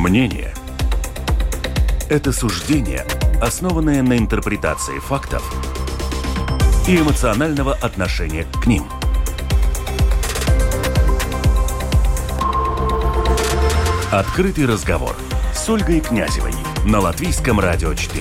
Мнение – это суждение, основанное на интерпретации фактов и эмоционального отношения к ним. Открытый разговор с Ольгой Князевой на Латвийском радио 4.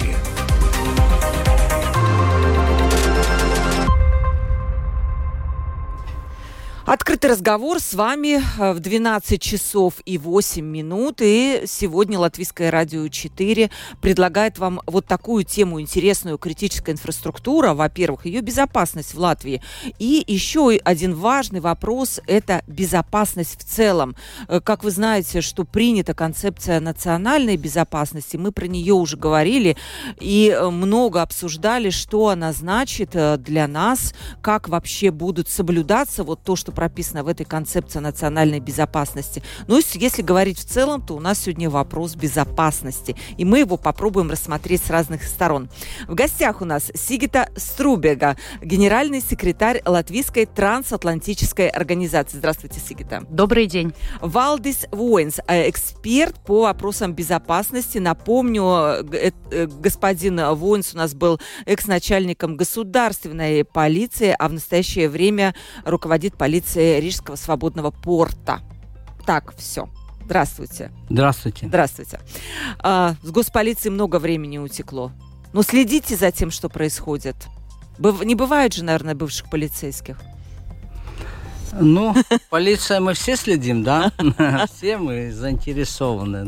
Открытый разговор с вами в 12 часов и 8 минут. И сегодня Латвийское радио 4 предлагает вам вот такую тему интересную: критическая инфраструктура, во-первых, ее безопасность в Латвии. И еще один важный вопрос – это безопасность в целом. Как вы знаете, что принята концепция национальной безопасности, мы про нее уже говорили и много обсуждали, что она значит для нас, как вообще будут соблюдаться вот то, что прописано в этой концепции национальной безопасности. Ну, если говорить в целом, то у нас сегодня вопрос безопасности, и мы его попробуем рассмотреть с разных сторон. В гостях у нас Сигита Струбега, генеральный секретарь Латвийской трансатлантической организации. Здравствуйте, Сигита. Добрый день. Валдис Воинс, эксперт по вопросам безопасности. Напомню, господин Воинс у нас был экс-начальником государственной полиции, а в настоящее время руководит полицией Рижского свободного порта. Так, все. Здравствуйте. Здравствуйте. Здравствуйте. С госполицией много времени утекло. Но следите за тем, что происходит. Не бывает же, наверное, бывших полицейских. Ну, полиция мы все следим, да? Все мы заинтересованы,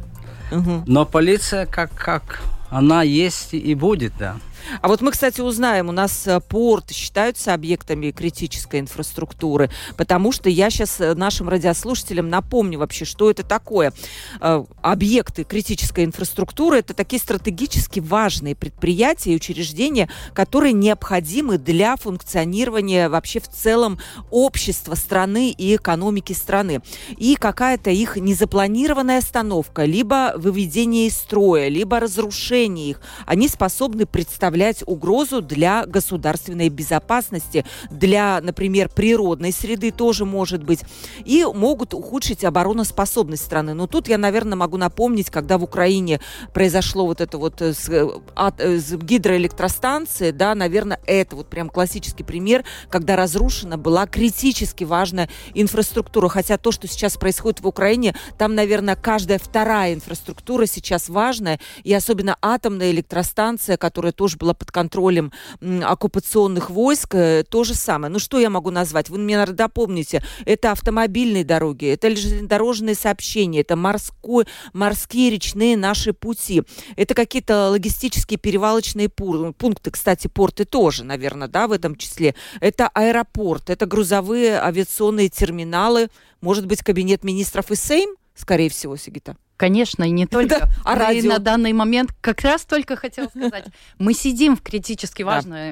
но полиция как она есть и будет, да. А вот мы, кстати, узнаем, у нас порты считаются объектами критической инфраструктуры, потому что я сейчас нашим радиослушателям напомню вообще, что это такое. Объекты критической инфраструктуры – это такие стратегически важные предприятия и учреждения, которые необходимы для функционирования вообще в целом общества страны и экономики страны. И какая-то их незапланированная остановка, либо выведение из строя, либо разрушение их, они способны представлять угрозу для государственной безопасности, для, например, природной среды тоже может быть, и могут ухудшить обороноспособность страны. Но тут я, наверное, могу напомнить, когда в Украине произошло вот это вот с гидроэлектростанции, да, наверное, это вот прям классический пример, когда разрушена была критически важная инфраструктура. Хотя то, что сейчас происходит в Украине, там, наверное, каждая вторая инфраструктура сейчас важная, и особенно атомная электростанция, которая тоже была под контролем оккупационных войск, то же самое. Ну, что я могу назвать? Вы мне, наверное, допомните. Это автомобильные дороги, это железнодорожные сообщения, это морские речные наши пути. Это какие-то логистические перевалочные пункты. Кстати, порты тоже, наверное, да, в этом числе. Это аэропорт, это грузовые авиационные терминалы, может быть, кабинет министров и Сейм, скорее всего, Сигита? Конечно, и не только. Да, а радио? На данный момент как раз только хотела сказать, мы сидим в критически важной,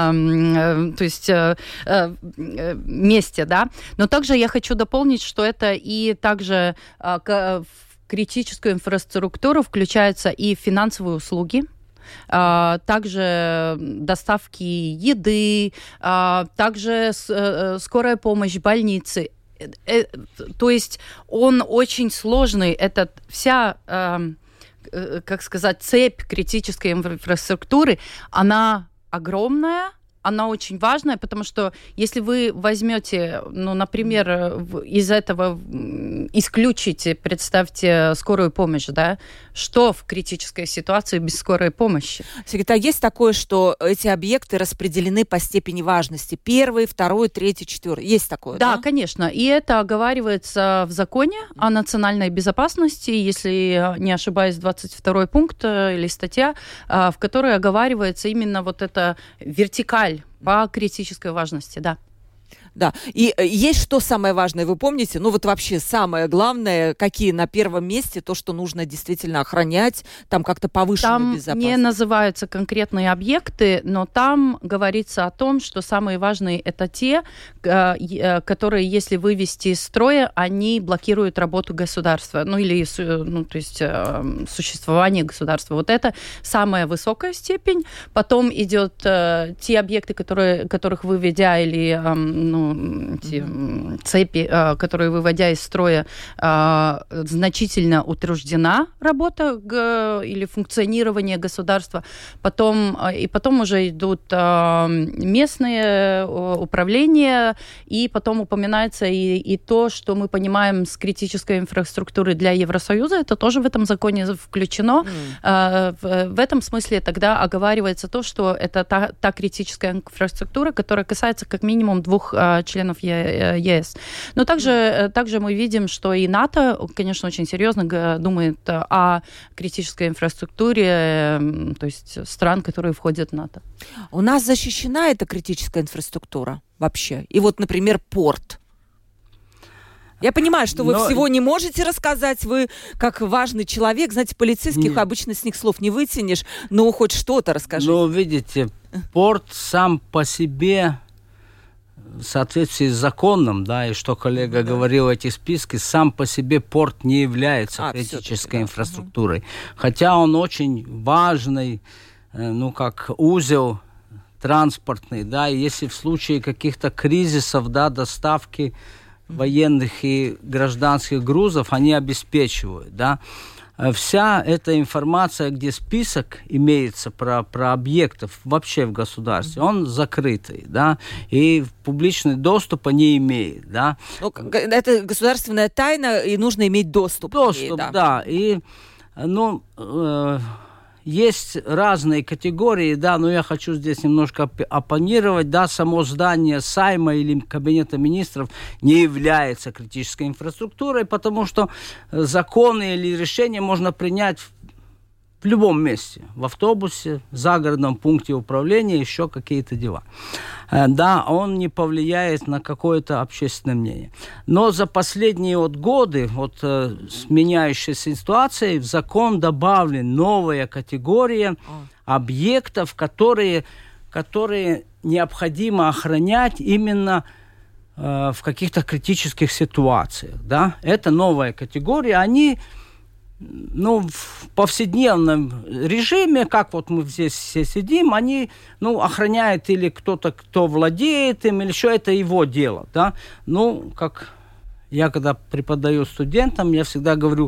месте, да. Но также я хочу дополнить, что это и также в критическую инфраструктуру включаются и финансовые услуги, также доставки еды, также скорая помощь, больницы. То есть он очень сложный, это вся, цепь критической инфраструктуры, она огромная, она очень важная, потому что если вы возьмете, например, из этого исключите, представьте, скорую помощь, да, что в критической ситуации без скорой помощи? Сигита, есть такое, что эти объекты распределены по степени важности? Первый, второй, третий, четвертый. Есть такое, да? Да, конечно. И это оговаривается в законе о национальной безопасности, если не ошибаюсь, 22 пункт или статья, в которой оговаривается именно вот эта вертикаль по критической важности, да. Да, и есть что самое важное, вы помните? Ну вот вообще самое главное, какие на первом месте, то, что нужно действительно охранять, там как-то повышенную безопасность. Там не называются конкретные объекты, но там говорится о том, что самые важные это те, которые, если вывести из строя, они блокируют работу государства, существование государства. Вот это самая высокая степень. Потом идет те объекты, которых выведя или цепи, которые, выводя из строя, значительно утруждена работа или функционирование государства. Потом уже идут местные управления, и потом упоминается и то, что мы понимаем с критической инфраструктурой для Евросоюза, это тоже в этом законе включено. В этом смысле тогда оговаривается то, что это та критическая инфраструктура, которая касается как минимум 2 членов ЕС. Но также мы видим, что и НАТО, конечно, очень серьезно думает о критической инфраструктуре, то есть стран, которые входят в НАТО. У нас защищена эта критическая инфраструктура вообще? И вот, например, порт. Я понимаю, что вы всего не можете рассказать, вы как важный человек, знаете, полицейских обычно с них слов не вытянешь, но хоть что-то расскажите. Ну, видите, порт сам по себе, в соответствии с законом, да, и что коллега говорил, эти списки, сам по себе порт не является критической инфраструктурой. Хотя он очень важный, как узел транспортный, да, и если в случае каких-то кризисов, да, доставки военных и гражданских грузов, они обеспечивают, да. Вся эта информация, где список имеется про объектов вообще в государстве, он закрытый, да, и публичный доступа не имеет, да. Это государственная тайна, и нужно иметь доступ. Доступ, да. И, есть разные категории, да, но я хочу здесь немножко оппонировать, да, само здание Сайма или Кабинета министров не является критической инфраструктурой, потому что законы или решения можно принять в любом месте, в автобусе, в загородном пункте управления, еще какие-то дела. Да, он не повлияет на какое-то общественное мнение. Но за последние годы, с меняющейся ситуацией, в закон добавлена новая категория объектов, которые необходимо охранять именно в каких-то критических ситуациях. Да? Это новая категория. Они в повседневном режиме, как мы здесь все сидим, они, охраняют или кто-то, кто владеет им, или еще это его дело, да. Как я когда преподаю студентам, я всегда говорю,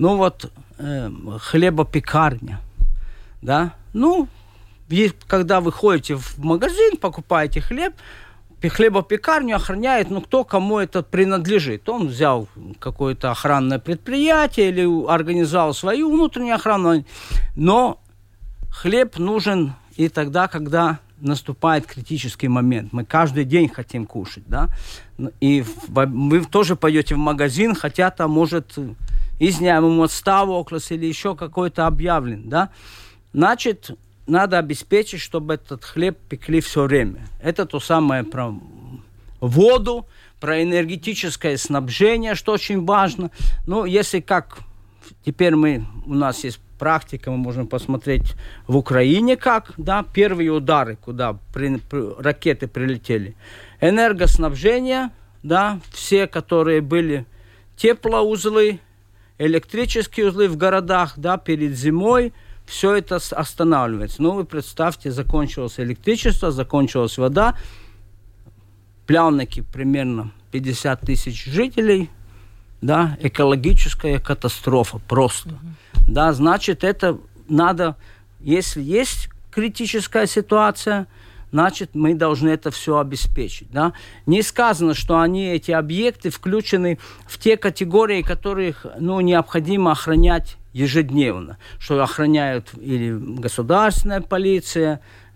хлебопекарня, да. Когда вы ходите в магазин, покупаете хлеб, хлебопекарню охраняет, кто кому это принадлежит. Он взял какое-то охранное предприятие или организовал свою внутреннюю охрану. Но хлеб нужен и тогда, когда наступает критический момент. Мы каждый день хотим кушать, да. И вы тоже пойдете в магазин, хотя там может изняем отставоклас или еще какой-то объявлен, да. Значит, надо обеспечить, чтобы этот хлеб пекли все время. Это то самое про воду, про энергетическое снабжение, что очень важно. Если как теперь у нас есть практика, мы можем посмотреть в Украине как, да, первые удары, куда ракеты прилетели. Энергоснабжение, да, все, которые были теплоузлы, электрические узлы в городах, да, перед зимой, все это останавливается. Вы представьте, закончилось электричество, закончилась вода, Плявники примерно 50 тысяч жителей, да, экологическая катастрофа просто. Да, значит, это надо, если есть критическая ситуация, значит, мы должны это все обеспечить. Да? Не сказано, что эти объекты включены в те категории, которых необходимо охранять ежедневно, что охраняют или государственная полиция,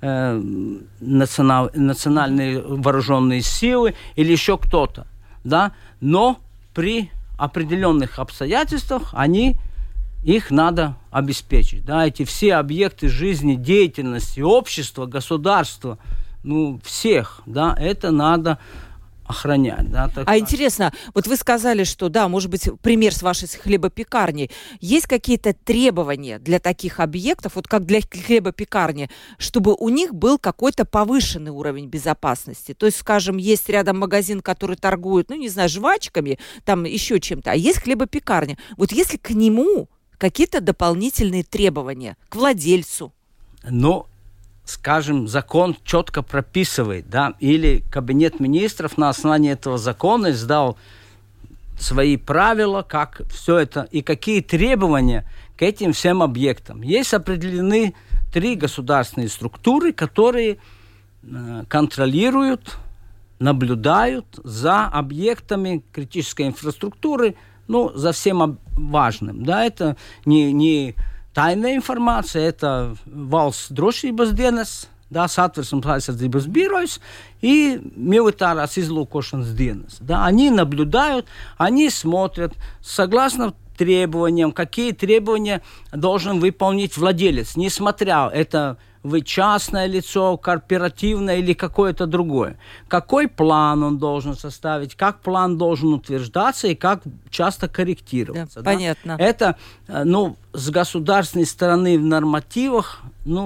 национальные вооруженные силы или еще кто-то. Да? Но при определенных обстоятельствах их надо обеспечить. Да? Эти все объекты жизни, деятельности, общества, государства, всех, да, это надо охранять. Да, интересно, вы сказали, что, да, может быть, пример с вашей хлебопекарней. Есть какие-то требования для таких объектов, как для хлебопекарни, чтобы у них был какой-то повышенный уровень безопасности? То есть, скажем, есть рядом магазин, который торгует, жвачками, там еще чем-то, а есть хлебопекарня. Если к нему какие-то дополнительные требования, к владельцу? скажем, закон четко прописывает, да, или Кабинет министров на основании этого закона издал свои правила, как все это и какие требования к этим всем объектам. Есть определены 3 государственные структуры, которые контролируют, наблюдают за объектами критической инфраструктуры, за всем важным. Да, это не тайная информация, это valsts drošības dienas, да, Satversmes aizsardzības birojas и militārās izlūkošanas dienas. Да, они наблюдают, они смотрят, согласно требованиям, какие требования должен выполнить владелец, несмотря это вы частное лицо, корпоративное или какое-то другое. Какой план он должен составить, как план должен утверждаться и как часто корректироваться. Да, понятно. Это, с государственной стороны в нормативах,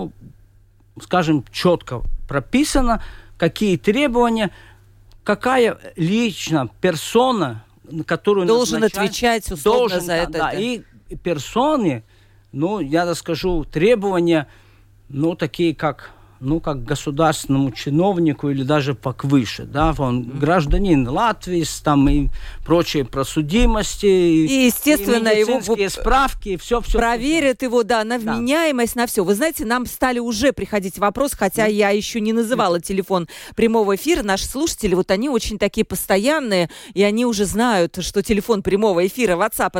скажем, четко прописано, какие требования, какая лично персона, которую должен отвечать условно за это. Да, и персоны, я скажу, требования, такие как государственному чиновнику или даже повыше, да, он гражданин Латвии, там и прочие просудимости, и естественно, и медицинские справки, все проверят его, да, на вменяемость, на все. Вы знаете, нам стали уже приходить вопросы, хотя я еще не называла телефон прямого эфира. Наши слушатели, они очень такие постоянные, и они уже знают, что телефон прямого эфира WhatsApp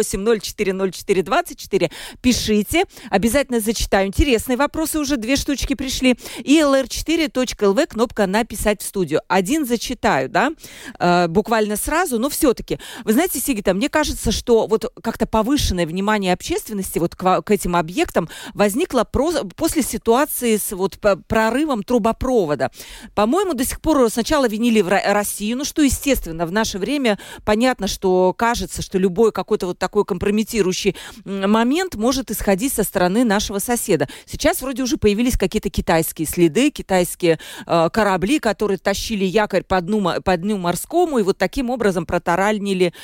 28040424. Пишите, обязательно зачитаю. Интересные вопросы, уже 2 штучки пришли. И lr4.lv, кнопка «Написать в студию». 1 зачитаю, да, буквально сразу, но все-таки. Вы знаете, Сигита, мне кажется, что как-то повышенное внимание общественности к этим объектам возникло после ситуации с прорывом трубопровода. По-моему, до сих пор сначала винили Россию, что, естественно, в наше время понятно, что кажется, что любой какой-то такой компрометирующий момент может исходить со стороны нашего соседа. Сейчас вроде уже появились какие-то китайские следы, китайские корабли, которые тащили якорь по дну морскому и таким образом протаранили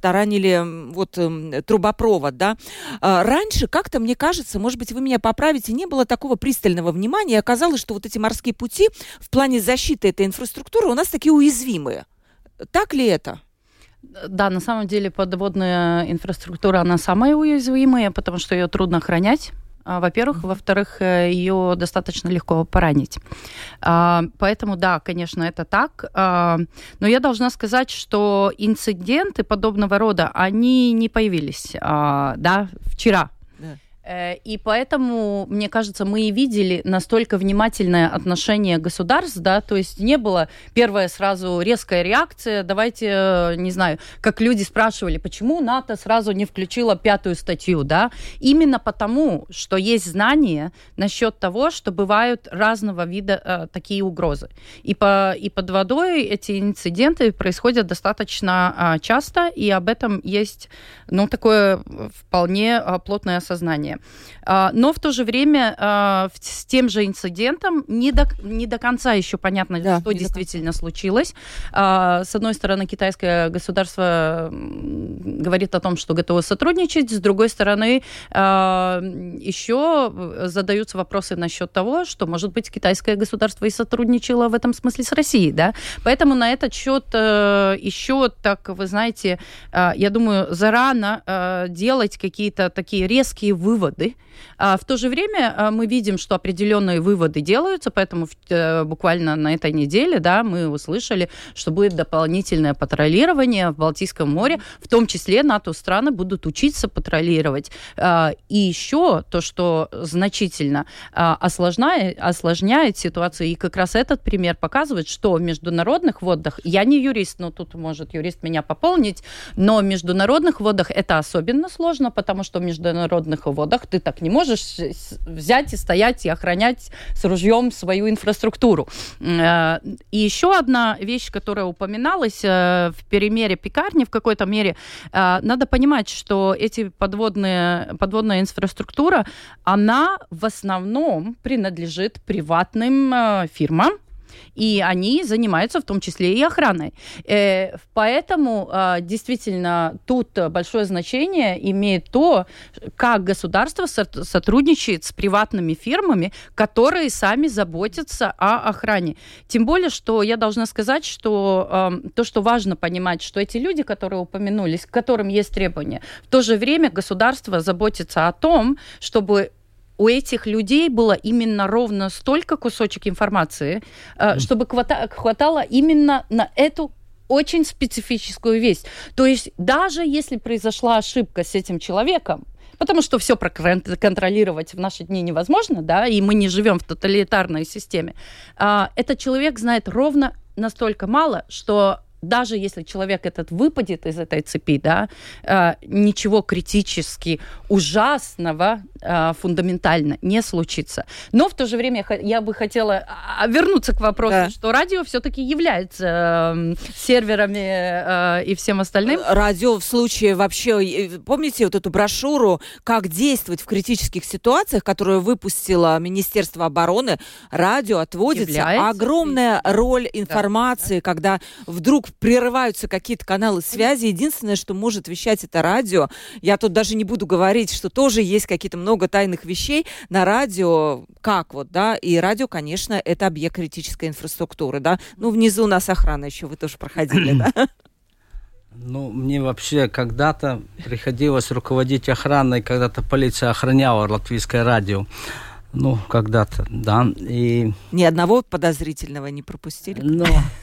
трубопровод, да. Раньше как-то, мне кажется, может быть, вы меня поправите, не было такого пристального внимания, и оказалось, что эти морские пути в плане защиты этой инфраструктуры у нас такие уязвимые. Так ли это? Да, на самом деле подводная инфраструктура, она самая уязвимая, потому что ее трудно охранять. Во-первых. Во-вторых, ее достаточно легко поранить. Поэтому, да, конечно, это так. Но я должна сказать, что инциденты подобного рода, они не появились, вчера. Да. И поэтому, мне кажется, мы и видели настолько внимательное отношение государств, да, то есть не было первая сразу резкая реакция, давайте, не знаю, как люди спрашивали, почему НАТО сразу не включило 5-ю статью, да, именно потому, что есть знания насчет того, что бывают разного вида такие угрозы. И под водой эти инциденты происходят достаточно часто, и об этом есть, такое вполне плотное осознание. Но в то же время с тем же инцидентом не до конца еще понятно, что действительно случилось. С одной стороны, китайское государство говорит о том, что готово сотрудничать, с другой стороны, еще задаются вопросы насчет того, что, может быть, китайское государство и сотрудничало в этом смысле с Россией, да? Поэтому на этот счет еще, так, вы знаете, я думаю, зарано делать какие-то такие резкие выводы. В то же время мы видим, что определенные выводы делаются, поэтому буквально на этой неделе, да, мы услышали, что будет дополнительное патрулирование в Балтийском море, в том числе НАТО-страны будут учиться патрулировать. И еще то, что значительно осложняет ситуацию, и как раз этот пример показывает, что в международных водах, я не юрист, но тут может юрист меня пополнить, но в международных водах это особенно сложно, потому что в международных водах ты так не можешь взять и стоять и охранять с ружьем свою инфраструктуру. И еще одна вещь, которая упоминалась в примере пекарни, в какой-то мере, надо понимать, что эти подводная инфраструктура, она в основном принадлежит приватным фирмам, И они занимаются в том числе и охраной. Поэтому действительно тут большое значение имеет то, как государство сотрудничает с приватными фирмами, которые сами заботятся о охране. Тем более, что я должна сказать, что то, что важно понимать, что эти люди, которые упомянулись, к которым есть требования, в то же время государство заботится о том, чтобы у этих людей было именно ровно столько кусочек информации, чтобы хватало именно на эту очень специфическую вещь. То есть даже если произошла ошибка с этим человеком, потому что все проконтролировать в наши дни невозможно, да, и мы не живем в тоталитарной системе, этот человек знает ровно настолько мало, что даже если человек этот выпадет из этой цепи, да, ничего критически ужасного, фундаментально не случится. Но в то же время я бы хотела вернуться к вопросу, что радио все-таки является серверами и всем остальным. Радио в случае вообще... Помните вот эту брошюру «Как действовать в критических ситуациях», которую выпустило Министерство обороны? Радио отводится огромная роль информации, когда вдруг прерываются какие-то каналы связи. Единственное, что может вещать, это радио. Я тут даже не буду говорить, что тоже есть какие-то много тайных вещей на радио. Как вот, да? И радио, конечно, это объект критической инфраструктуры, да? Ну, внизу у нас охрана еще, вы тоже проходили, да? Ну, мне вообще когда-то приходилось руководить охраной, когда-то полиция охраняла латвийское радио. Ну, когда-то, да. И... Ни одного подозрительного не пропустили? Ну,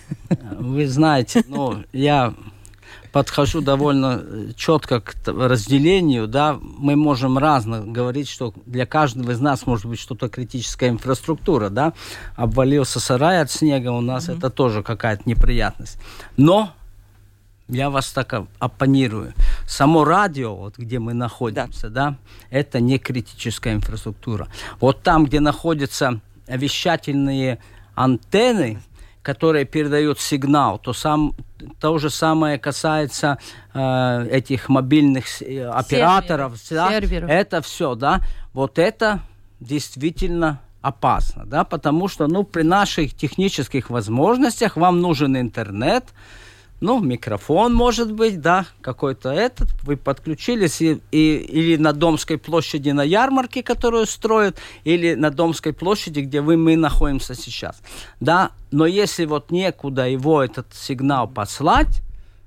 вы знаете, я подхожу довольно четко к разделению, да. Мы можем разно говорить, что для каждого из нас может быть что-то критическая инфраструктура, да. Обвалился сарай от снега, у нас это тоже какая-то неприятность. Но я вас так оппонирую. Само радио, вот где мы находимся, да, это не критическая инфраструктура. Вот там, где находятся вещательные антенны, которые передают сигнал, то же самое касается этих мобильных операторов. Серверов. Это все, да. Вот это действительно опасно, да, потому что, при наших технических возможностях вам нужен интернет, микрофон, может быть, да, какой-то вы подключились, или на Домской площади на ярмарке, которую строят, или на Домской площади, где мы находимся сейчас, да, но если некуда этот сигнал послать,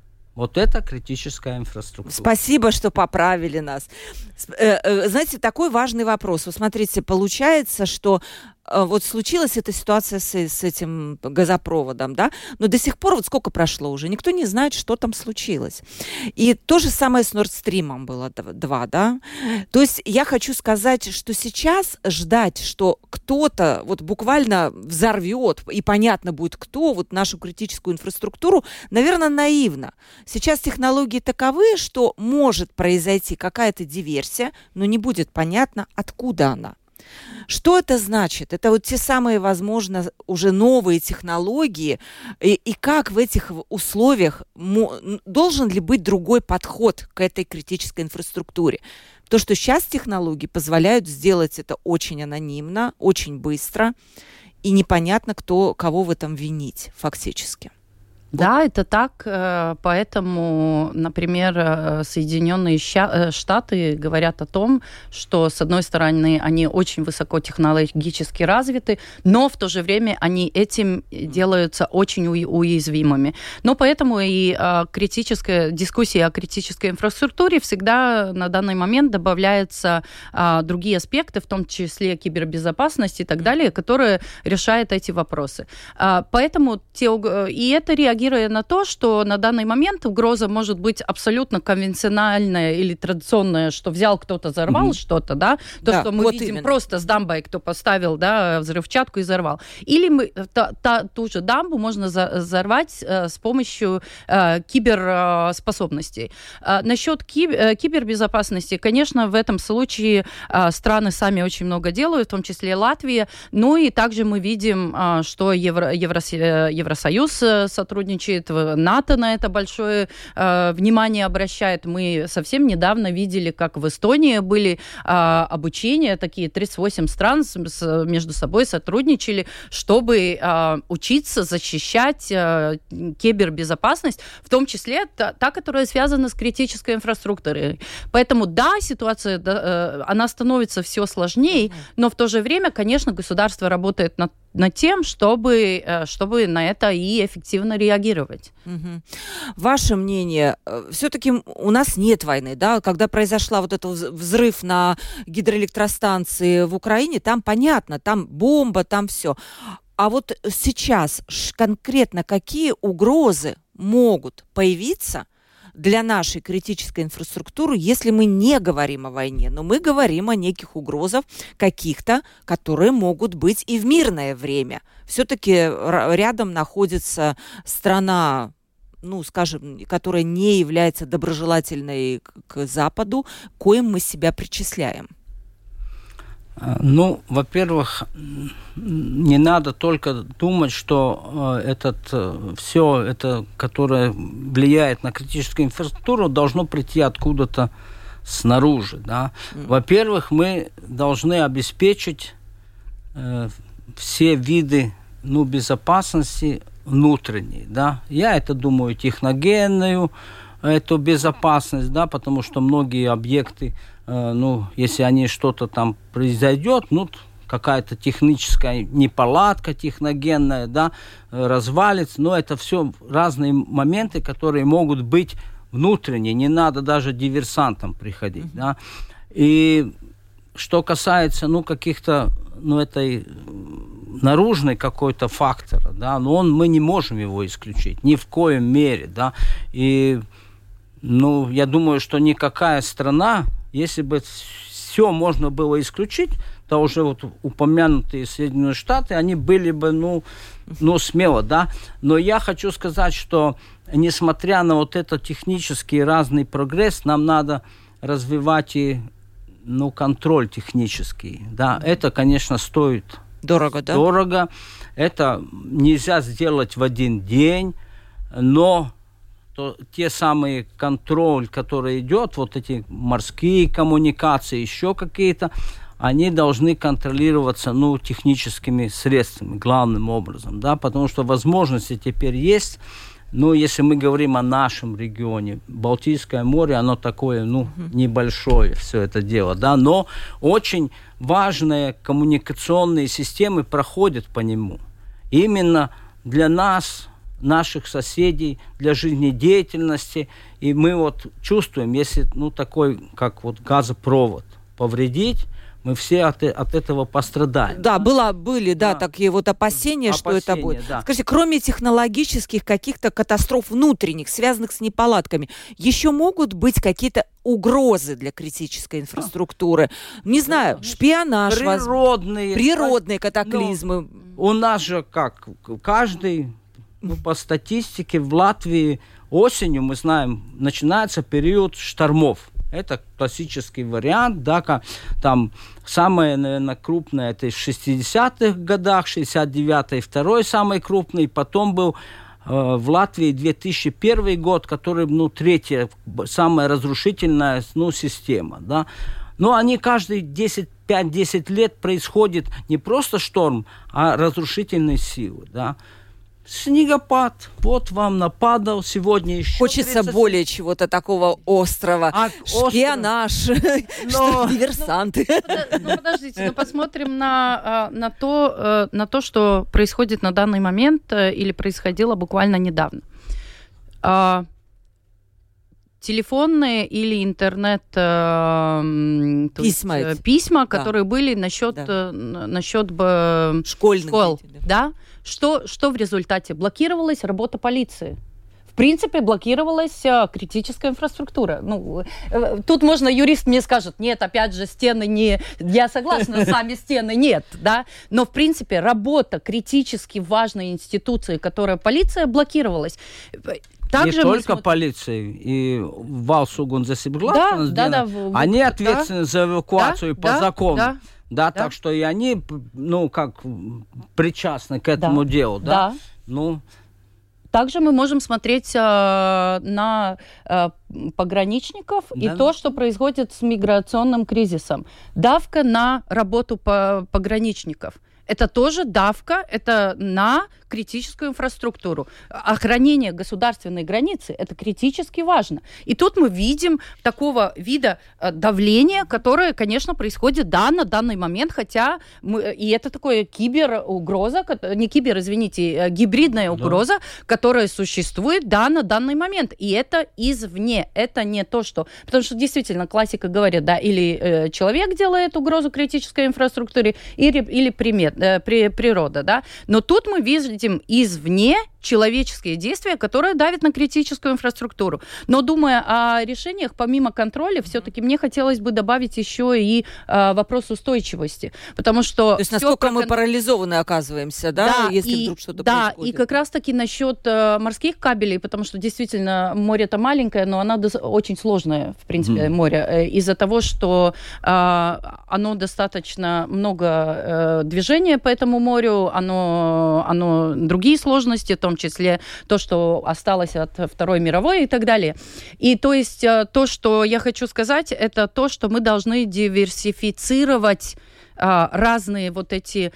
это критическая инфраструктура. Спасибо, что поправили нас. Знаете, такой важный вопрос. Вот смотрите, получается, что вот случилась эта ситуация с этим газопроводом, да, но до сих пор, сколько прошло уже, никто не знает, что там случилось. И то же самое с Nord Stream было 2, да. То есть я хочу сказать, что сейчас ждать, что кто-то буквально взорвет, и понятно будет, кто нашу критическую инфраструктуру, наверное, наивно. Сейчас технологии таковы, что может произойти какая-то диверсия, но не будет понятно, откуда она. Что это значит? Это те самые, возможно, уже новые технологии. И как в этих условиях должен ли быть другой подход к этой критической инфраструктуре? То, что сейчас технологии позволяют сделать это очень анонимно, очень быстро, и непонятно, кого в этом винить фактически. Да, это так, поэтому, например, Соединенные Штаты говорят о том, что, с одной стороны, они очень высокотехнологически развиты, но в то же время они этим делаются очень уязвимыми. Но поэтому и дискуссия о критической инфраструктуре всегда на данный момент добавляются другие аспекты, в том числе кибербезопасность и так далее, которые решают эти вопросы. Поэтому и это реагирует на то, что на данный момент угроза может быть абсолютно конвенциональная или традиционная, что взял кто-то, взорвал что-то, да, что мы видим именно. Просто с дамбой, кто поставил, да, взрывчатку и взорвал. Или ту же дамбу можно взорвать с помощью киберспособностей. Насчет кибербезопасности, конечно, в этом случае страны сами очень много делают, в том числе Латвия, но и также мы видим, что Евросоюз сотрудничает сотрудничает, НАТО на это большое внимание обращает. Мы совсем недавно видели, как в Эстонии были обучения, такие 38 стран между собой сотрудничали, чтобы учиться защищать кибербезопасность, в том числе та, которая связана с критической инфраструктурой. Поэтому, да, ситуация, она становится все сложнее, но в то же время, конечно, государство работает над тем, чтобы на это и эффективно реагировать. Угу. Ваше мнение, все-таки у нас нет войны, да? Когда произошла вот этот взрыв на гидроэлектростанции в Украине, там понятно, там бомба, там все. А вот сейчас конкретно какие угрозы могут появиться для нашей критической инфраструктуры, если мы не говорим о войне, но мы говорим о неких угрозах каких-то, которые могут быть и в мирное время. Все-таки рядом находится страна, ну, скажем, которая не является доброжелательной к Западу, к коим мы себя причисляем. Ну, во-первых, не надо только думать, что все это, которое влияет на критическую инфраструктуру, должно прийти откуда-то снаружи. Да? Во-первых, мы должны обеспечить все виды безопасности внутренней. Да? Я это думаю техногенную, эту безопасность, да, потому что многие объекты, если они что-то там произойдет, какая-то техническая неполадка техногенная, да, развалится, но это все разные моменты, которые могут быть внутренние, не надо даже диверсантам приходить, да. И что касается, каких-то, этой наружной какой-то фактора, да, но мы не можем его исключить, ни в коем мере, да, и, я думаю, что никакая страна, если бы все можно было исключить, то уже вот упомянутые Соединенные Штаты, они были бы, смело, да. Но я хочу сказать, что несмотря на вот этот технический разный прогресс, нам надо развивать и, контроль технический, да. Это, конечно, стоит дорого, да? Дорого. Это нельзя сделать в один день, но те самые контроль, который идет, вот эти морские коммуникации, еще какие-то, они должны контролироваться, техническими средствами, главным образом, да, потому что возможности теперь есть. Если мы говорим о нашем регионе, Балтийское море, оно такое, небольшое все это дело, да, но очень важные коммуникационные системы проходят по нему. Именно для нас, наших соседей, для жизнедеятельности. И мы чувствуем, если такой, как газопровод повредить, мы все от этого пострадаем. Да, были такие опасения, что это будет. Да. Скажите, кроме технологических каких-то катастроф внутренних, связанных с неполадками, еще могут быть какие-то угрозы для критической инфраструктуры? Не знаю, шпионаж. Природные катаклизмы. У нас же каждый... по статистике в Латвии осенью, мы знаем, начинается период штормов. Это классический вариант, да, там самое, наверное, крупное, это в 60-х годах, 69-й, второй самый крупный, потом был в Латвии 2001 год, который, третья, самая разрушительная, система, да. Но они каждые 5-10 лет происходит не просто шторм, а разрушительные силы, да. Снегопад, вот вам нападал, сегодня еще... Хочется более чего-то такого острого. Шпионаж, диверсанты. Подождите, посмотрим на то, что происходит на данный момент или происходило буквально недавно. Телефонные или интернет письма, которые были насчет школьных школ, да? Что в результате? Блокировалась работа полиции. В принципе, блокировалась критическая инфраструктура. Тут юрист мне скажет, нет, опять же, стены не... Я согласна, сами стены нет, да? Но, в принципе, работа критически важной институции, которая полиция, блокировалась. Также не только полиции, и Valsts-Ugunsdzēsības, они ответственны за эвакуацию по закону. Да, так что и они, причастны к этому делу, да. Также мы можем смотреть на пограничников и то, что происходит с миграционным кризисом. Давка на работу пограничников. Это тоже давка, это на критическую инфраструктуру. Охранение государственной границы – это критически важно. И тут мы видим такого вида давления, которое, конечно, происходит, на данный момент, хотя и это такое гибридная угроза, которая существует, на данный момент. И это извне, это не то, что... Потому что действительно классика говорит, или человек делает угрозу критической инфраструктуре, или природа, да. Но тут мы видим извне человеческие действия, которые давят на критическую инфраструктуру. Но думая о решениях, помимо контроля, все-таки мне хотелось бы добавить еще и вопрос устойчивости. Потому что... То есть насколько мы парализованы оказываемся, если вдруг что-то происходит? Да, и как раз-таки насчет морских кабелей, потому что действительно море-то маленькое, но оно очень сложное, в принципе, море. Из-за того, что оно достаточно много движения по этому морю, оно другие сложности, в том числе то, что осталось от Второй мировой и так далее. И то есть то, что я хочу сказать, это то, что мы должны диверсифицировать разные вот эти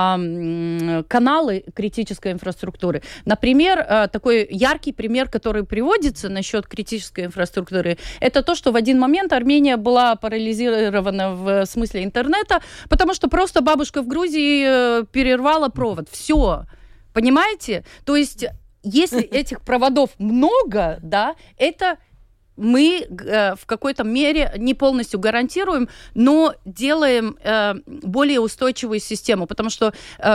каналы критической инфраструктуры. Например, такой яркий пример, который приводится насчет критической инфраструктуры, это то, что в один момент Армения была парализирована в смысле интернета, потому что просто бабушка в Грузии перервала провод. Все. Понимаете? То есть, если этих проводов много, это мы в какой-то мере не полностью гарантируем, но делаем более устойчивую систему, потому что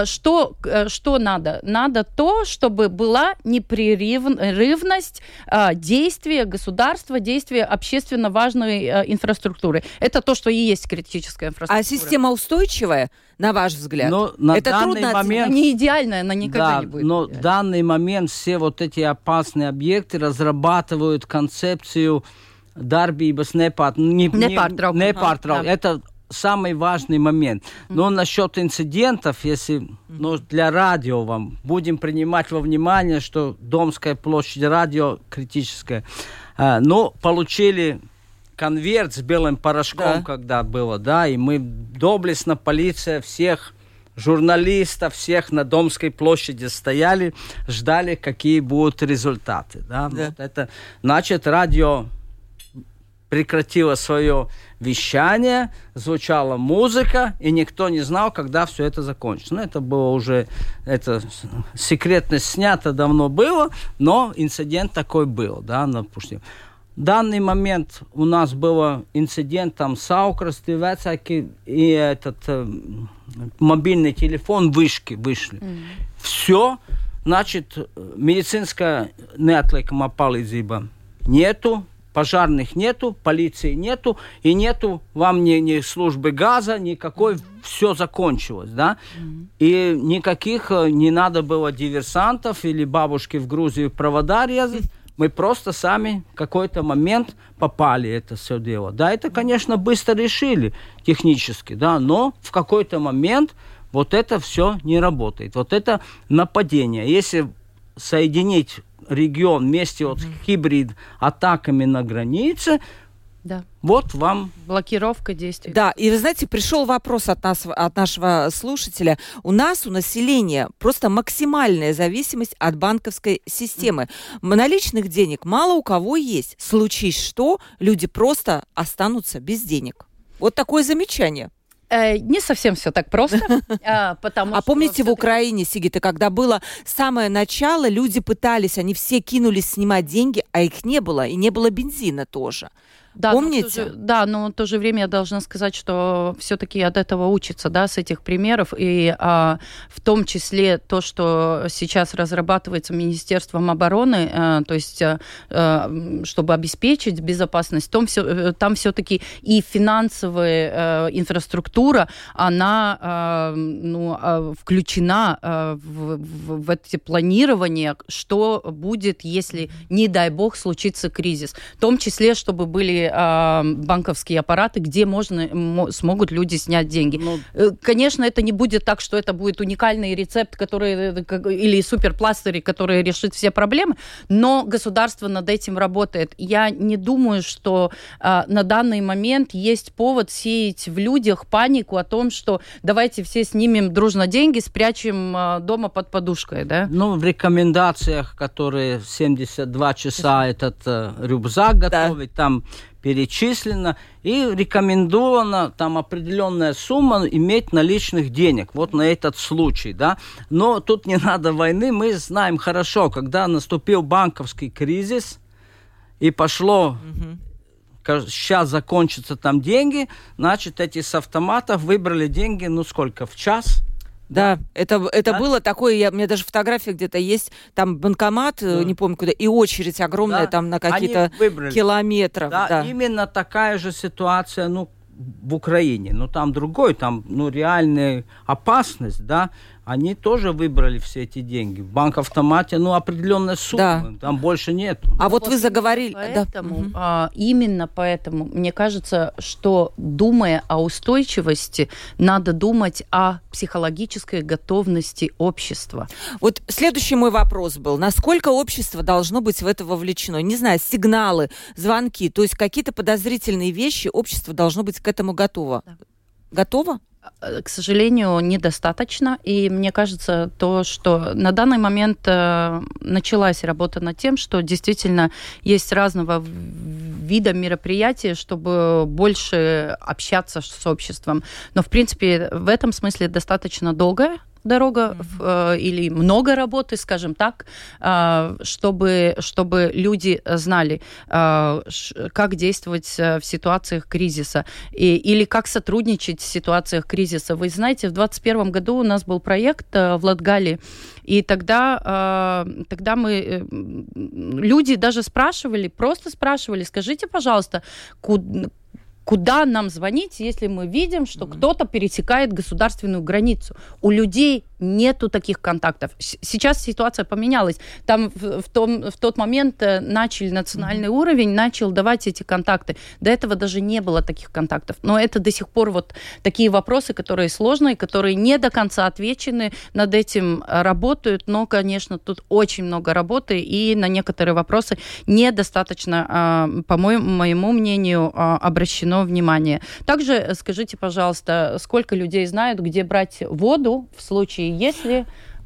что надо? Надо то, чтобы была непрерывность действия государства, действия общественно важной инфраструктуры. Это то, что и есть критическая инфраструктура. А система устойчивая, на ваш взгляд? Но на это трудно момент... Она не идеальная, она никогда не будет. Но в данный момент все вот эти опасные объекты разрабатывают концепцию darbības nepārtraukuma. Это самый важный момент. Но насчет инцидентов, если для радио вам будем принимать во внимание, что Домская площадь радио критическая, получили конверт с белым порошком, когда было, и мы доблестно, полиция, всех журналистов, всех на Домской площади стояли, ждали, какие будут результаты. Вот это, значит, радио прекратило свое вещание, звучала музыка, и никто не знал, когда все это закончится. Это было уже, секретность снята давно было, но инцидент такой был, допустим. В данный момент у нас был инцидент, Саукрасты, вecāki, и этот мобильный телефон вышли. Все, значит, медицинская неотликама palīdzība нету, пожарных нету, полиции нету, и нету вам ни службы газа, никакой, все закончилось, И никаких не надо было диверсантов или бабушки в Грузию провода резать. Мы просто сами в какой-то момент попали это все дело. Это, конечно, быстро решили технически, но в какой-то момент вот это все не работает. Вот это нападение. Если соединить регион вместе с гибрид-атаками на границе, вот вам... Блокировка действий. Да, и вы знаете, пришел вопрос от нашего слушателя. У населения просто максимальная зависимость от банковской системы. Наличных денег мало у кого есть. Случись что, люди просто останутся без денег. Вот такое замечание. Не совсем все так просто. Помните в Украине, Сигита, когда было самое начало, люди пытались, они все кинулись снимать деньги, а их не было, и не было бензина тоже. Да, помните? Но в то же время я должна сказать, что все-таки от этого учатся, с этих примеров, и в том числе то, что сейчас разрабатывается Министерством обороны, то есть чтобы обеспечить безопасность, там все-таки и финансовая инфраструктура, она включена в это планирование, что будет, если, не дай бог, случится кризис. В том числе, чтобы были открыли банковские аппараты, где смогут люди снять деньги. Конечно, это не будет так, что это будет уникальный рецепт, или суперпластырь, который решит все проблемы, но государство над этим работает. Я не думаю, что на данный момент есть повод сеять в людях панику о том, что давайте все снимем дружно деньги, спрячем дома под подушкой, да? В рекомендациях, которые 72 часа этот рюкзак готовить, там перечислено, и рекомендована там определенная сумма иметь наличных денег, вот на этот случай, да. Но тут не надо войны, мы знаем хорошо, когда наступил банковский кризис, и пошло, сейчас закончатся там деньги, значит, эти с автоматов выбрали деньги, сколько, в час? Да, это было такое, у меня даже фотография где-то есть, там банкомат, не помню куда, и очередь огромная там на какие-то километров. Да, именно такая же ситуация, в Украине. Там другой, там, реальная опасность, да. Они тоже выбрали все эти деньги. В банк-автомате, определенная сумма, там больше нет. А вот вы заговорили... Именно поэтому, мне кажется, что, думая о устойчивости, надо думать о психологической готовности общества. Вот следующий мой вопрос был. Насколько общество должно быть в это вовлечено? Не знаю, сигналы, звонки, то есть какие-то подозрительные вещи, общество должно быть к этому готово. Да. Готово? К сожалению, недостаточно. И мне кажется, что на данный момент началась работа над тем, что действительно есть разного вида мероприятия, чтобы больше общаться с обществом. Но, в принципе, в этом смысле достаточно долгая дорога или много работы, скажем так, чтобы люди знали, как действовать в ситуациях кризиса или как сотрудничать в ситуациях кризиса. Вы знаете, в 2021 году у нас был проект в Латгалии, и тогда люди даже просто спрашивали, скажите, пожалуйста, куда нам звонить, если мы видим, что кто-то пересекает государственную границу? У людей нету таких контактов. Сейчас ситуация поменялась. Там в тот момент национальный уровень начал давать эти контакты. До этого даже не было таких контактов. Но это до сих пор вот такие вопросы, которые сложные, которые не до конца отвечены, над этим работают. Но, конечно, тут очень много работы, и на некоторые вопросы недостаточно, по моему мнению, обращено внимание. Также скажите, пожалуйста, сколько людей знают, где брать воду в случае, если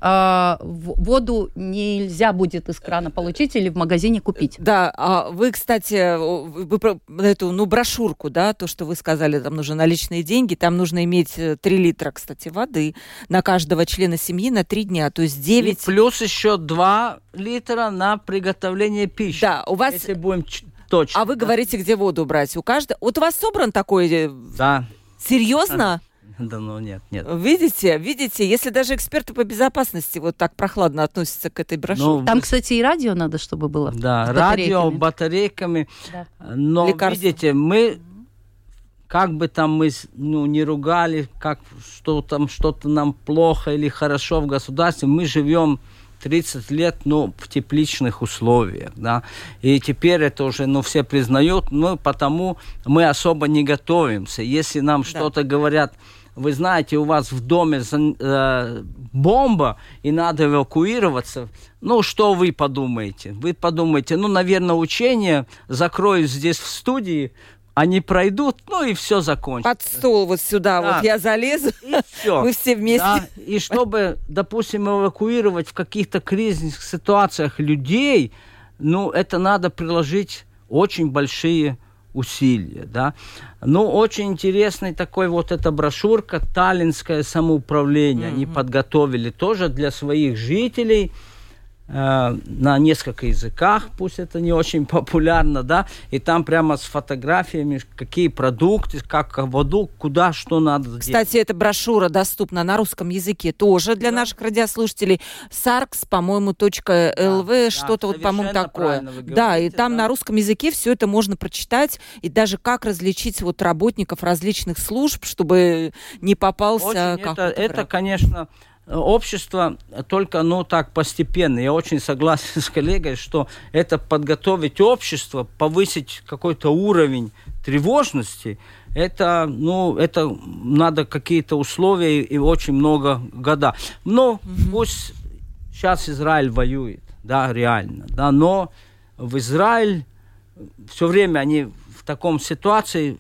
воду нельзя будет из крана получить или в магазине купить. Да, а вы, кстати, эту брошюрку, да, то, что вы сказали, там нужны наличные деньги, там нужно иметь 3 литра, кстати, воды на каждого члена семьи на 3 дня, то есть 9... И плюс еще 2 литра на приготовление пищи. Да, у вас... Если будем точно. А вы говорите, где воду брать? У каждого... Вот у вас собран такой... Да. Серьезно? Да, нет. Видите, если даже эксперты по безопасности вот так прохладно относятся к этой брошюре. Там, кстати, и радио надо, чтобы было. Да, радио, батарейками. Да. Но, видите, мы, как бы там мы не ругали, что-то нам плохо или хорошо в государстве, мы живем 30 лет, в тепличных условиях, да, и теперь это уже, все признают, потому мы особо не готовимся. Если нам что-то говорят, вы знаете, у вас в доме бомба, и надо эвакуироваться, что вы подумаете? Вы подумаете, наверное, учения закроют здесь в студии, они пройдут, и все закончится. Под стол вот сюда, да. Вот я залезу, и все. Мы все вместе. Да. И чтобы, допустим, эвакуировать в каких-то кризисных ситуациях людей, это надо приложить очень большие усилия, да. Очень интересный такой вот эта брошюрка «Таллинское самоуправление». Они подготовили тоже для своих жителей, на несколько языках, пусть это не очень популярно, да, и там прямо с фотографиями, какие продукты, как воду, куда, что надо делать. Кстати, эта брошюра доступна на русском языке тоже для наших радиослушателей. Sarks, по-моему, .lv, что-то вот, по-моему, такое. Да, и там на русском языке все это можно прочитать, и даже как различить вот работников различных служб, чтобы не попался... Это, конечно... общество только, так, постепенно. Я очень согласен с коллегой, что это подготовить общество, повысить какой-то уровень тревожности, это надо какие-то условия и очень много года. Но пусть сейчас Израиль воюет, да, реально, да, но в Израиль все время они в таком ситуации,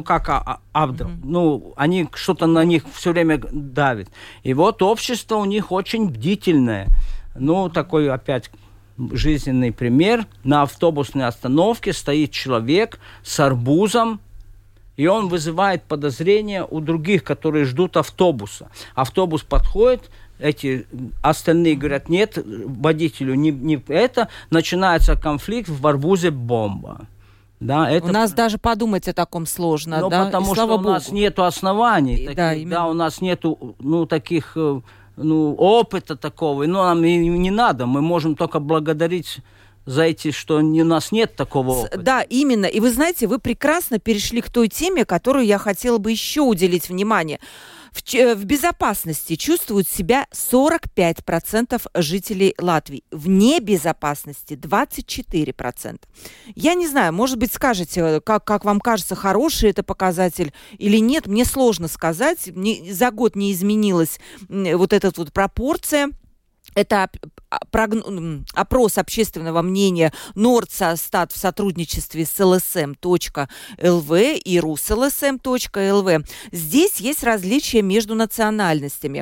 они что-то на них все время давят. И вот общество у них очень бдительное. Такой опять жизненный пример. На автобусной остановке стоит человек с арбузом, и он вызывает подозрения у других, которые ждут автобуса. Автобус подходит, эти остальные говорят, нет, водителю не это. Начинается конфликт, в арбузе бомба. Да, у нас даже подумать о таком сложно, да? Потому что у нас нету оснований, у нас нету, таких, опыта такого, нам и не надо, мы можем только благодарить за эти, что у нас нет такого опыта. Да, именно. И вы знаете, вы прекрасно перешли к той теме, которую я хотела бы еще уделить внимание. В безопасности чувствуют себя 45% жителей Латвии. В небезопасности 24%. Я не знаю, может быть, скажете, как вам кажется, хороший это показатель или нет. Мне сложно сказать. За год не изменилась вот эта вот пропорция. Это опрос общественного мнения Нордстат в сотрудничестве с lsm.lv и ruslsm.lv. Здесь есть различия между национальностями.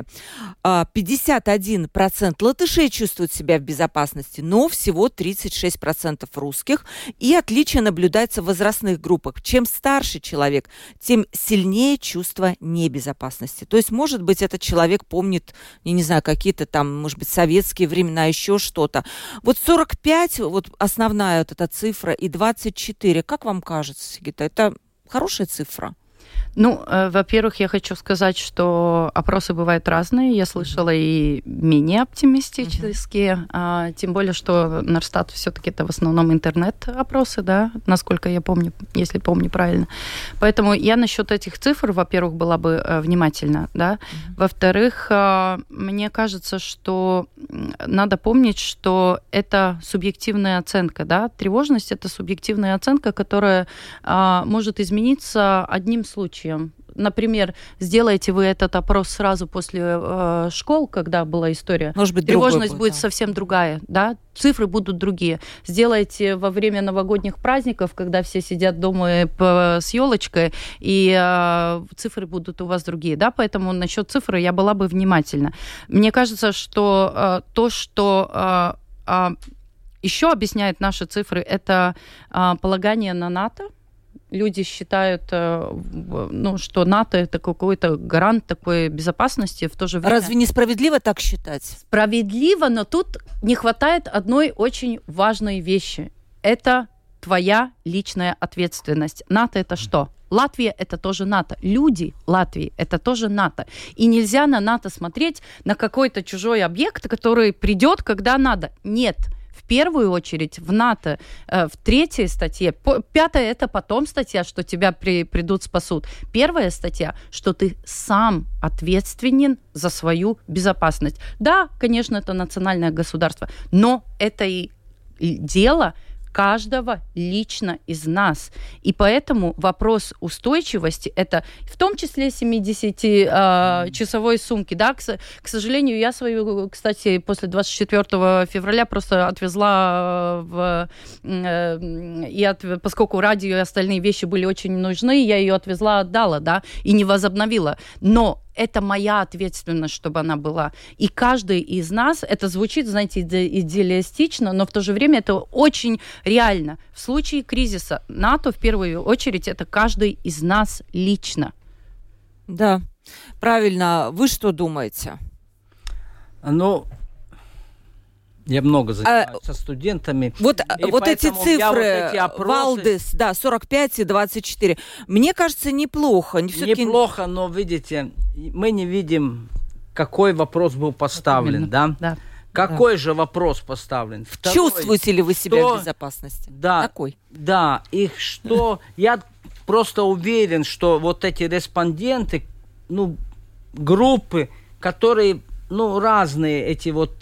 51% латышей чувствуют себя в безопасности, но всего 36% русских. И отличие наблюдается в возрастных группах. Чем старше человек, тем сильнее чувство небезопасности. То есть, может быть, этот человек помнит, я не знаю, какие-то там, может быть, советские времена, еще что-то. Вот 45, вот основная вот эта цифра, и 24. Как вам кажется, Сигита, это хорошая цифра? Во-первых, я хочу сказать, что опросы бывают разные. Я слышала и менее оптимистические, тем более, что Нордстат все-таки это в основном интернет-опросы, да, насколько я помню, если помню правильно. Поэтому я насчет этих цифр, во-первых, была бы внимательна, да. Во-вторых, мне кажется, что надо помнить, что это субъективная оценка, да. Тревожность – это субъективная оценка, которая может измениться одним случаем. Например, сделаете вы этот опрос сразу после школ, когда была история. Может быть, тревожность будет совсем другая, да? Цифры будут другие. Сделайте во время новогодних праздников, когда все сидят дома с елочкой, и цифры будут у вас другие, да? Поэтому насчет цифры я была бы внимательна. Мне кажется, что то, что еще объясняет наши цифры, это полагание на НАТО. Люди считают, что НАТО это какой-то гарант такой безопасности. В то же время... Разве несправедливо так считать? Справедливо, но тут не хватает одной очень важной вещи. Это твоя личная ответственность. НАТО это что? Латвия – это тоже НАТО. Люди Латвии – это тоже НАТО. И нельзя на НАТО смотреть на какой-то чужой объект, который придет, когда надо. Нет. В первую очередь в НАТО, в 3 статье, 5 это потом статья, что тебя придут спасут. 1 статья, что ты сам ответственен за свою безопасность. Да, конечно, это национальное государство, но это и дело каждого лично из нас. И поэтому вопрос устойчивости, это в том числе 70-часовой сумки. Да? К сожалению, я свою, кстати, после 24 февраля просто отвезла поскольку радио и остальные вещи были очень нужны, я ее отвезла, отдала, да, и не возобновила. Но это моя ответственность, чтобы она была. И каждый из нас, это звучит, знаете, идеалистично, но в то же время это очень реально. В случае кризиса НАТО, в первую очередь, это каждый из нас лично. Да, правильно. Вы что думаете? Я много занимаюсь со студентами. Вот эти цифры, Валдис, да, 45 и 24. Мне кажется, неплохо. Неплохо, но, видите, мы не видим, какой вопрос был поставлен, да? Какой же вопрос поставлен? Чувствуете ли вы себя в безопасности? Да. Какой? Да, и что... Я просто уверен, что вот эти респонденты, группы, которые разные эти вот...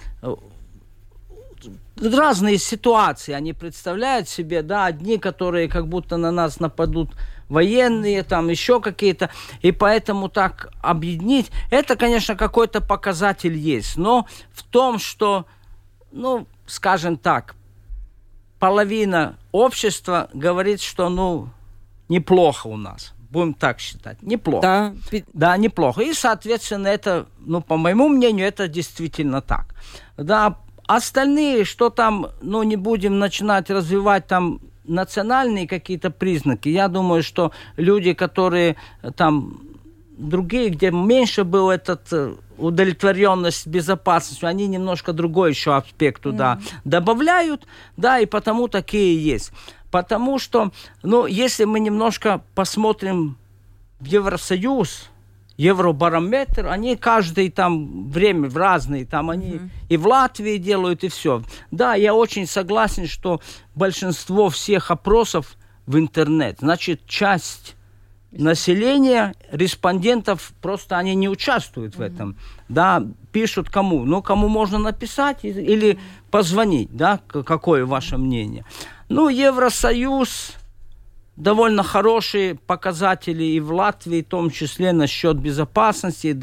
разные ситуации они представляют себе, да, одни, которые как будто на нас нападут военные, там еще какие-то, и поэтому так объединить, это, конечно, какой-то показатель есть, но в том, что, скажем так, половина общества говорит, что, неплохо у нас. Будем так считать. Неплохо. Да, неплохо. И, соответственно, это, по моему мнению, это действительно так. Да, остальные, что там, не будем начинать развивать там национальные какие-то признаки. Я думаю, что люди, которые там другие, где меньше был этот удовлетворенность безопасностью, они немножко другой еще аспект туда добавляют, да, и потому такие есть. Потому что, если мы немножко посмотрим в Евросоюз, Евробарометр, они каждое там время в разные, там они и в Латвии делают, и все. Да, я очень согласен, что большинство всех опросов в интернет, значит, часть населения, респондентов, просто они не участвуют в этом. Да, пишут кому? Кому можно написать или позвонить, да, какое ваше мнение. Евросоюз... довольно хорошие показатели и в Латвии, в том числе насчет безопасности,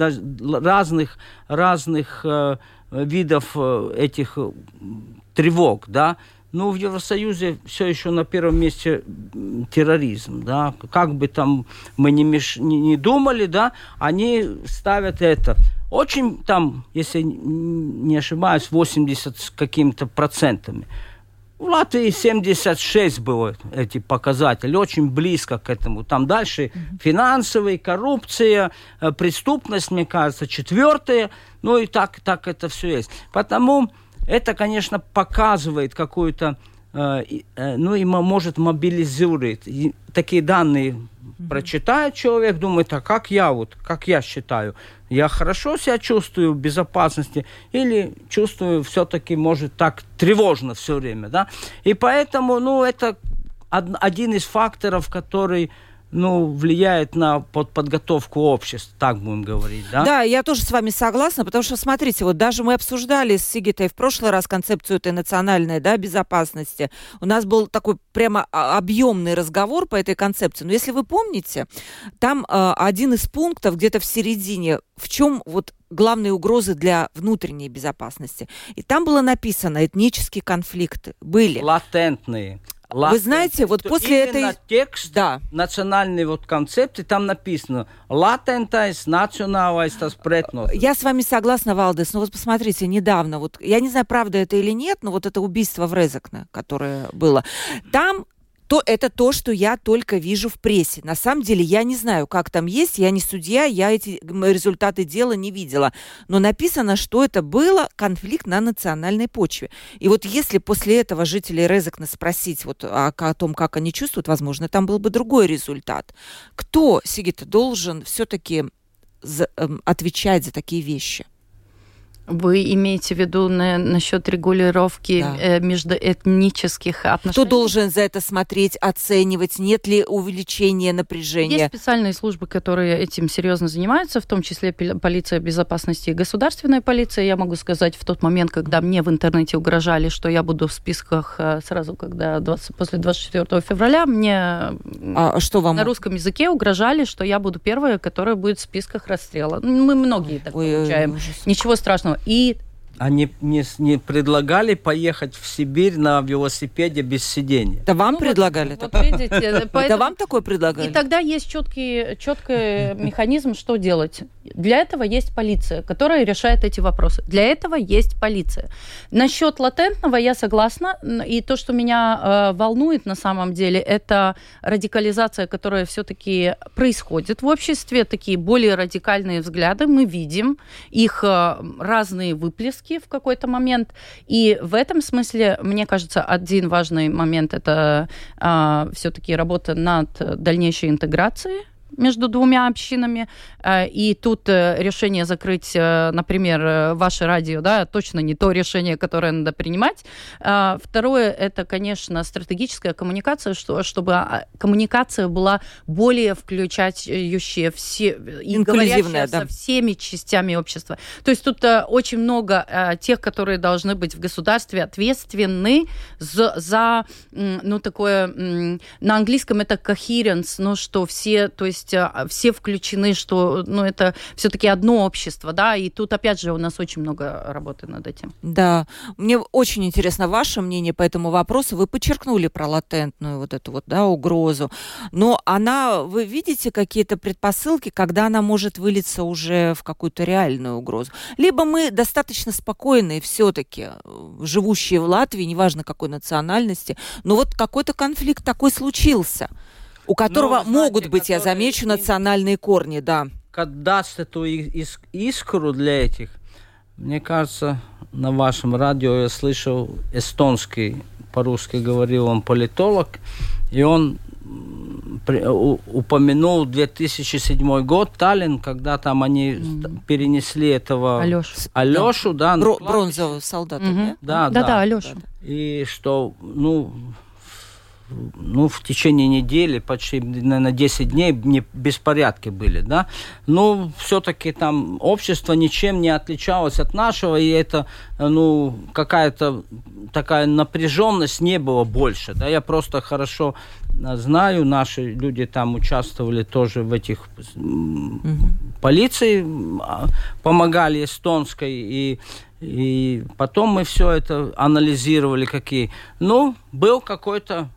разных видов этих тревог, да. В Евросоюзе все еще на первом месте терроризм, да. Как бы там мы не думали, да, они ставят это. Очень там, если не ошибаюсь, 80 с какими-то процентами. В Латвии 76 было эти показатели, очень близко к этому. Там дальше финансовая, коррупция, преступность, мне кажется, 4-е. И так это все есть. Потому это, конечно, показывает какую-то, и может мобилизировать. И такие данные прочитает человек, думает, как я считаю, я хорошо себя чувствую в безопасности или чувствую все-таки, может, так тревожно все время, да? И поэтому, это один из факторов, который, влияет на подготовку общества, так будем говорить, да? Да, я тоже с вами согласна, потому что, смотрите, вот даже мы обсуждали с Сигитой в прошлый раз концепцию этой национальной, да, безопасности. У нас был такой прямо объемный разговор по этой концепции. Но если вы помните, там один из пунктов где-то в середине, в чем вот главные угрозы для внутренней безопасности. И там было написано, этнические конфликты были. Латентные. Вы знаете, вот после этой... текст национальной концепции, там написано «Латентайс националайс tas pretnot». Я с вами согласна, Валдис, но вот посмотрите, недавно, я не знаю, правда это или нет, но вот это убийство в Резекне, которое было, там это то, что я только вижу в прессе. На самом деле я не знаю, как там есть, я не судья, я эти результаты дела не видела. Но написано, что это было конфликт на национальной почве. И вот если после этого жителей Резекне спросить о том, как они чувствуют, возможно, там был бы другой результат. Кто, Сигита, должен все-таки отвечать за такие вещи? Вы имеете в виду насчет регулировки междуэтнических отношений? Кто должен за это смотреть, оценивать? Нет ли увеличения напряжения? Есть специальные службы, которые этим серьезно занимаются, в том числе полиция безопасности и государственная полиция. Я могу сказать, в тот момент, когда мне в интернете угрожали, что я буду в списках сразу, когда после 24 февраля, мне что вам? На русском языке угрожали, что я буду первая, которая будет в списках расстрела. Мы многие так получаем. Ничего страшного. Они не предлагали поехать в Сибирь на велосипеде без сидения? Да вам предлагали? Вот видите, да вам такое предлагали? И тогда есть четкий механизм, что делать. Для этого есть полиция, которая решает эти вопросы. Для этого есть полиция. Насчет латентного я согласна. И то, что меня волнует на самом деле, это радикализация, которая все-таки происходит в обществе. Такие более радикальные взгляды. Мы видим их разные выплески в какой-то момент. И в этом смысле, мне кажется, один важный момент – это все-таки работа над дальнейшей интеграцией между двумя общинами, и тут решение закрыть, например, ваше радио, да, точно не то решение, которое надо принимать. Второе, это, конечно, стратегическая коммуникация, чтобы коммуникация была более включающая все, и говорящая со всеми частями общества. То есть тут очень много тех, которые должны быть в государстве ответственны за такое, на английском это coherence, что все, то есть все включены, что, это все-таки одно общество, да, и тут, опять же, у нас очень много работы над этим. Да, мне очень интересно ваше мнение по этому вопросу. Вы подчеркнули про латентную вот эту вот, да, угрозу, но вы видите какие-то предпосылки, когда она может вылиться уже в какую-то реальную угрозу? Либо мы достаточно спокойные все-таки, живущие в Латвии, неважно какой национальности, но вот какой-то конфликт такой случился, у которого могут быть, я замечу, национальные корни, да. Даст эту искру для этих, мне кажется, на вашем радио я слышал эстонский, по-русски говорил он политолог, и он упомянул 2007 год, Таллин, когда там они перенесли этого Алешу, да. Бронзового солдата, да? Да, Алешу. И что, в течение недели, почти, наверное, 10 дней беспорядки были, да. Все-таки там общество ничем не отличалось от нашего, и это, какая-то такая напряженность не было больше, да. Я просто хорошо знаю, наши люди там участвовали тоже в этих полиции, помогали эстонской, и потом мы все это анализировали, какие. Был какой-то,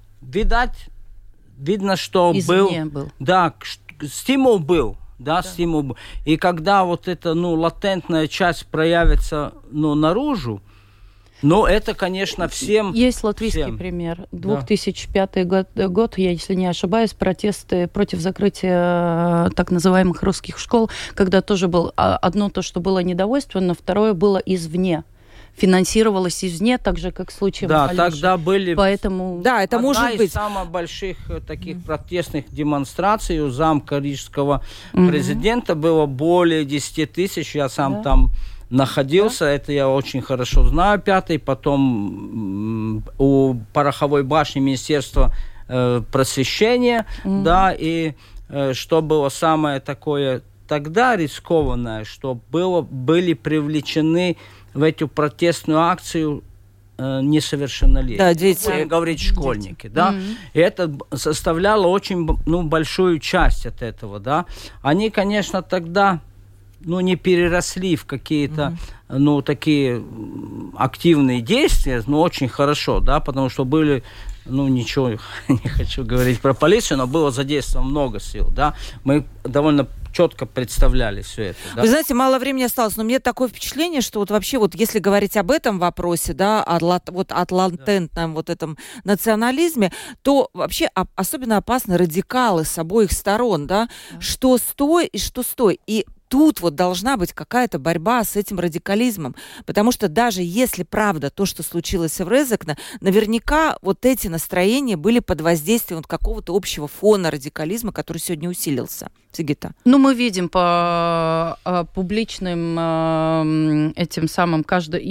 видно, что был. Да, стимул был. Да, стимул был. И когда вот эта, латентная часть проявится, наружу, это, конечно, всем... Есть латвийский пример. 2005 год, я, если не ошибаюсь, протесты против закрытия так называемых русских школ, когда тоже было одно то, что было недовольство, но второе было извне. Финансировалось извне, так же, как в случае Алеши. Да, тогда были... Поэтому... Да, это может быть. Одна из самых больших таких протестных демонстраций у замка рижского президента было более 10 тысяч. Я сам там находился, это я очень хорошо знаю, 5-й, потом у Пороховой башни Министерства просвещения, да, и что было самое такое тогда рискованное, что были привлечены в эту протестную акцию несовершеннолетние. Да, говорить школьники, да. И это составляло очень большую часть от этого, да. Они, конечно, тогда не переросли в какие-то, такие активные действия, но очень хорошо, да, потому что были, ничего не хочу говорить про полицию, но было задействовано много сил, да, мы довольно четко представляли все это. Да? Вы знаете, мало времени осталось, но мне такое впечатление, что вообще если говорить об этом вопросе, да, от латентном этом национализме, то вообще особенно опасны радикалы с обоих сторон, да, что стой и что стой. И тут должна быть какая-то борьба с этим радикализмом, потому что даже если правда то, что случилось в Резекне, наверняка эти настроения были под воздействием какого-то общего фона радикализма, который сегодня усилился. Сигита. Мы видим по публичным этим самым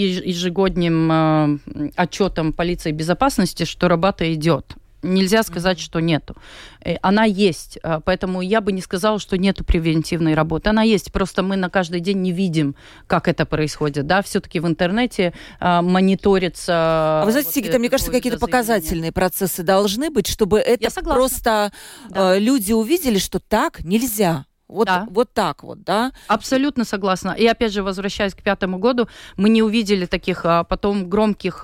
ежегодным отчетам полиции безопасности, что работа идет. Нельзя сказать, что нету. Она есть, поэтому я бы не сказала, что нету превентивной работы. Она есть, просто мы на каждый день не видим, как это происходит. Да? Все-таки в интернете мониторится... Вы знаете, Сигита, мне кажется, какие-то показательные процессы должны быть, чтобы это просто люди увидели, что так нельзя. Вот так, да? Абсолютно согласна. И опять же, возвращаясь к 5-му году, мы не увидели таких потом громких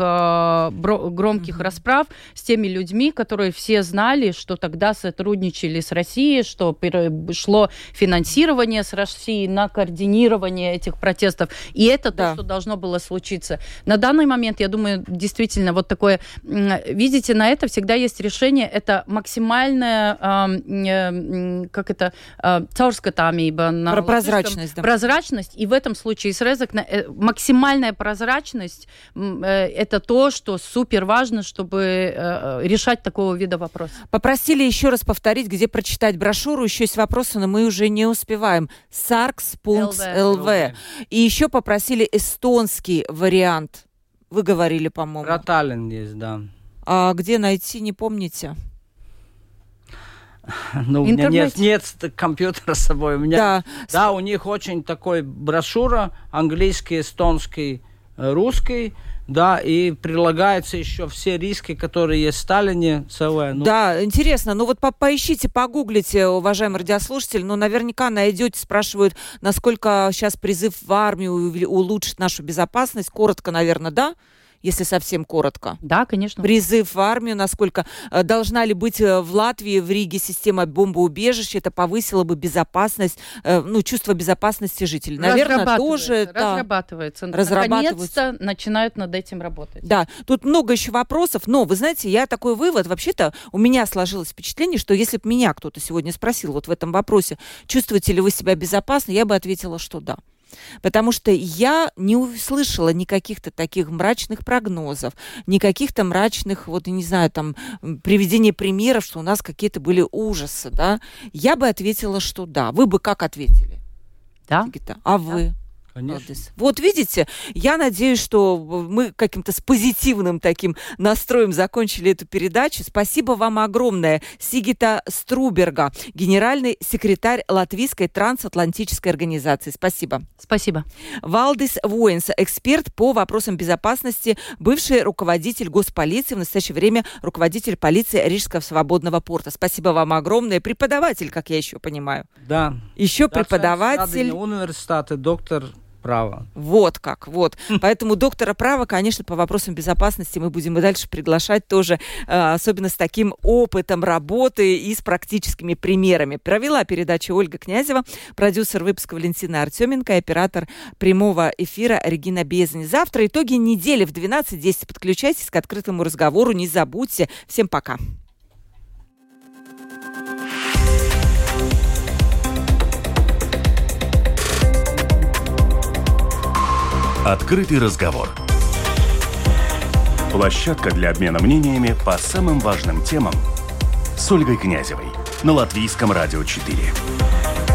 расправ с теми людьми, которые все знали, что тогда сотрудничали с Россией, что шло финансирование с Россией на координирование этих протестов. И это то, что должно было случиться. На данный момент, я думаю, действительно такое... Видите, на это всегда есть решение. Это максимальное... caurskatāmība. Про прозрачность. Да. Прозрачность. И в этом случае с Резек максимальная прозрачность это то, что супер важно, чтобы решать такого вида вопросы. Попросили еще раз повторить, где прочитать брошюру. Еще есть вопросы, но мы уже не успеваем. sarks.lv. И еще попросили эстонский вариант. Вы говорили, по-моему. Про Таллин есть, да. А где найти, не помните? Ну, у меня нет компьютера с собой. У меня, да, у них очень такой брошюра, английский, эстонский, русский, да, и прилагаются еще все риски, которые есть в Сталине. Да, интересно. Ну вот поищите, погуглите, уважаемый радиослушатель. Ну, наверняка найдете, спрашивают, насколько сейчас призыв в армию улучшит нашу безопасность. Коротко, наверное, да? Если совсем коротко. Да, конечно. Призыв в армию, насколько должна ли быть в Латвии, в Риге система бомбоубежища, это повысило бы безопасность, чувство безопасности жителей. Наверное, тоже... Разрабатывается. Наконец-то начинают над этим работать. Да, тут много еще вопросов, но, вы знаете, я такой вывод, вообще-то у меня сложилось впечатление, что если бы меня кто-то сегодня спросил вот в этом вопросе, чувствуете ли вы себя безопасно, я бы ответила, что да. Потому что я не услышала никаких-то таких мрачных прогнозов, никаких-то мрачных, не знаю, там, приведения примеров, что у нас какие-то были ужасы, да. Я бы ответила, что да. Вы бы как ответили? Да. А вы? Конечно. Вот видите, я надеюсь, что мы каким-то с позитивным таким настроем закончили эту передачу. Спасибо вам огромное. Сигита Струберга, генеральный секретарь Латвийской трансатлантической организации. Спасибо. Спасибо. Валдис Воинс, эксперт по вопросам безопасности, бывший руководитель госполиции, в настоящее время руководитель полиции Рижского свободного порта. Спасибо вам огромное. Преподаватель, как я еще понимаю. Да. Еще преподаватель. Университета, доктор права. Вот как, вот. Поэтому доктора права, конечно, по вопросам безопасности мы будем и дальше приглашать тоже, особенно с таким опытом работы и с практическими примерами. Провела передачу Ольга Князева, продюсер выпуска Валентина Артеменко и оператор прямого эфира Регина Безань. Завтра итоги недели в 12:10. Подключайтесь к открытому разговору, не забудьте. Всем пока. Открытый разговор. Площадка для обмена мнениями по самым важным темам с Ольгой Князевой на Латвийском радио 4.